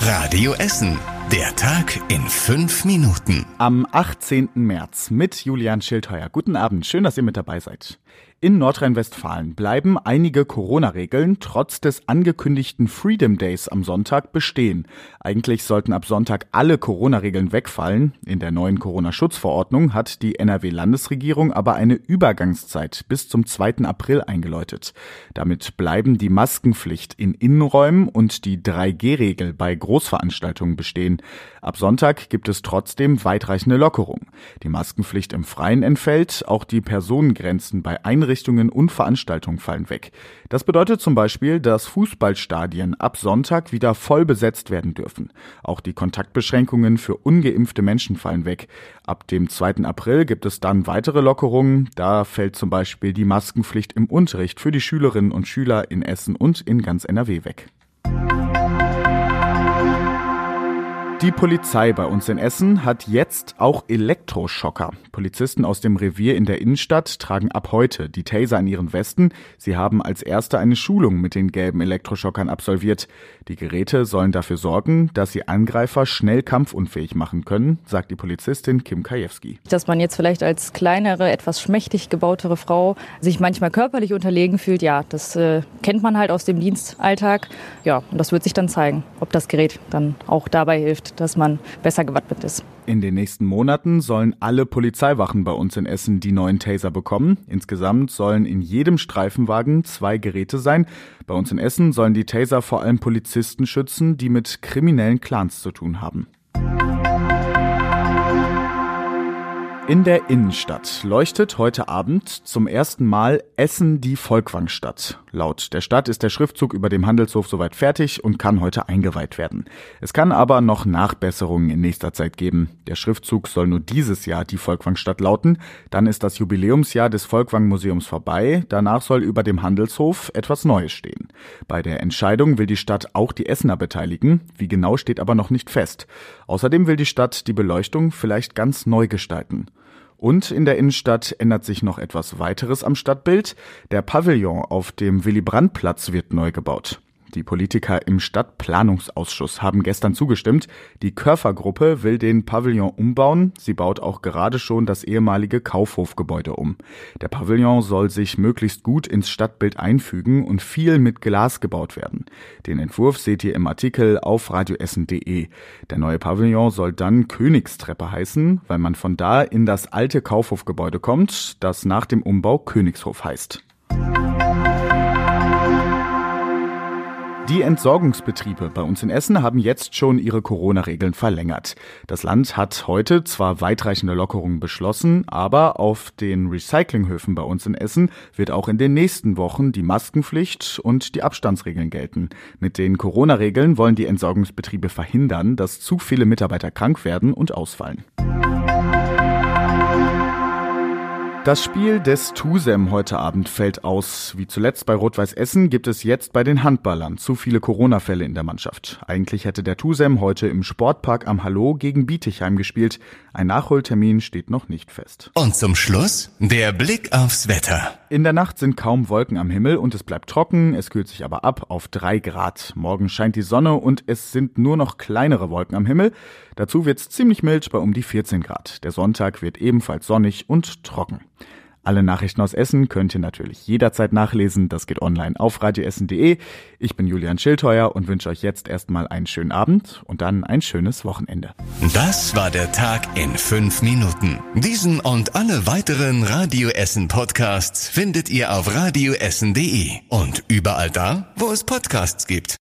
Radio Essen. Der Tag in 5 Minuten. Am 18. März mit Julian Schildheuer. Guten Abend, schön, dass ihr mit dabei seid. In Nordrhein-Westfalen bleiben einige Corona-Regeln trotz des angekündigten Freedom Days am Sonntag bestehen. Eigentlich sollten ab Sonntag alle Corona-Regeln wegfallen. In der neuen Corona-Schutzverordnung hat die NRW-Landesregierung aber eine Übergangszeit bis zum 2. April eingeläutet. Damit bleiben die Maskenpflicht in Innenräumen und die 3G-Regel bei Großveranstaltungen bestehen. Ab Sonntag gibt es trotzdem weitreichende Lockerungen. Die Maskenpflicht im Freien entfällt, auch die Personengrenzen bei Einrichtungen und Veranstaltungen fallen weg. Das bedeutet zum Beispiel, dass Fußballstadien ab Sonntag wieder voll besetzt werden dürfen. Auch die Kontaktbeschränkungen für ungeimpfte Menschen fallen weg. Ab dem 2. April gibt es dann weitere Lockerungen. Da fällt zum Beispiel die Maskenpflicht im Unterricht für die Schülerinnen und Schüler in Essen und in ganz NRW weg. Die Polizei bei uns in Essen hat jetzt auch Elektroschocker. Polizisten aus dem Revier in der Innenstadt tragen ab heute die Taser in ihren Westen. Sie haben als erste eine Schulung mit den gelben Elektroschockern absolviert. Die Geräte sollen dafür sorgen, dass sie Angreifer schnell kampfunfähig machen können, sagt die Polizistin Kim Kajewski. Dass man jetzt vielleicht als kleinere, etwas schmächtig gebautere Frau sich manchmal körperlich unterlegen fühlt, ja, das kennt man halt aus dem Dienstalltag. Ja, und das wird sich dann zeigen, ob das Gerät dann auch dabei hilft, dass man besser gewappnet ist. In den nächsten Monaten sollen alle Polizeiwachen bei uns in Essen die neuen Taser bekommen. Insgesamt sollen in jedem Streifenwagen 2 Geräte sein. Bei uns in Essen sollen die Taser vor allem Polizisten schützen, die mit kriminellen Clans zu tun haben. In der Innenstadt leuchtet heute Abend zum ersten Mal Essen die Volkwangstadt. Laut der Stadt ist der Schriftzug über dem Handelshof soweit fertig und kann heute eingeweiht werden. Es kann aber noch Nachbesserungen in nächster Zeit geben. Der Schriftzug soll nur dieses Jahr die Volkwangstadt lauten. Dann ist das Jubiläumsjahr des Volkwang-Museums vorbei. Danach soll über dem Handelshof etwas Neues stehen. Bei der Entscheidung will die Stadt auch die Essener beteiligen. Wie genau steht aber noch nicht fest. Außerdem will die Stadt die Beleuchtung vielleicht ganz neu gestalten. Und in der Innenstadt ändert sich noch etwas weiteres am Stadtbild. Der Pavillon auf dem Willy-Brandt-Platz wird neu gebaut. Die Politiker im Stadtplanungsausschuss haben gestern zugestimmt. Die Körfer-Gruppe will den Pavillon umbauen. Sie baut auch gerade schon das ehemalige Kaufhofgebäude um. Der Pavillon soll sich möglichst gut ins Stadtbild einfügen und viel mit Glas gebaut werden. Den Entwurf seht ihr im Artikel auf radioessen.de. Der neue Pavillon soll dann Königstreppe heißen, weil man von da in das alte Kaufhofgebäude kommt, das nach dem Umbau Königshof heißt. Die Entsorgungsbetriebe bei uns in Essen haben jetzt schon ihre Corona-Regeln verlängert. Das Land hat heute zwar weitreichende Lockerungen beschlossen, aber auf den Recyclinghöfen bei uns in Essen wird auch in den nächsten Wochen die Maskenpflicht und die Abstandsregeln gelten. Mit den Corona-Regeln wollen die Entsorgungsbetriebe verhindern, dass zu viele Mitarbeiter krank werden und ausfallen. Das Spiel des TUSEM heute Abend fällt aus. Wie zuletzt bei Rot-Weiß Essen gibt es jetzt bei den Handballern zu viele Corona-Fälle in der Mannschaft. Eigentlich hätte der TUSEM heute im Sportpark am Hallo gegen Bietigheim gespielt. Ein Nachholtermin steht noch nicht fest. Und zum Schluss der Blick aufs Wetter. In der Nacht sind kaum Wolken am Himmel und es bleibt trocken. Es kühlt sich aber ab auf 3 Grad. Morgen scheint die Sonne und es sind nur noch kleinere Wolken am Himmel. Dazu wird's ziemlich mild bei um die 14 Grad. Der Sonntag wird ebenfalls sonnig und trocken. Alle Nachrichten aus Essen könnt ihr natürlich jederzeit nachlesen. Das geht online auf radioessen.de. Ich bin Julian Schildheuer und wünsche euch jetzt erstmal einen schönen Abend und dann ein schönes Wochenende. Das war der Tag in 5 Minuten. Diesen und alle weiteren Radio Essen Podcasts findet ihr auf radioessen.de und überall da, wo es Podcasts gibt.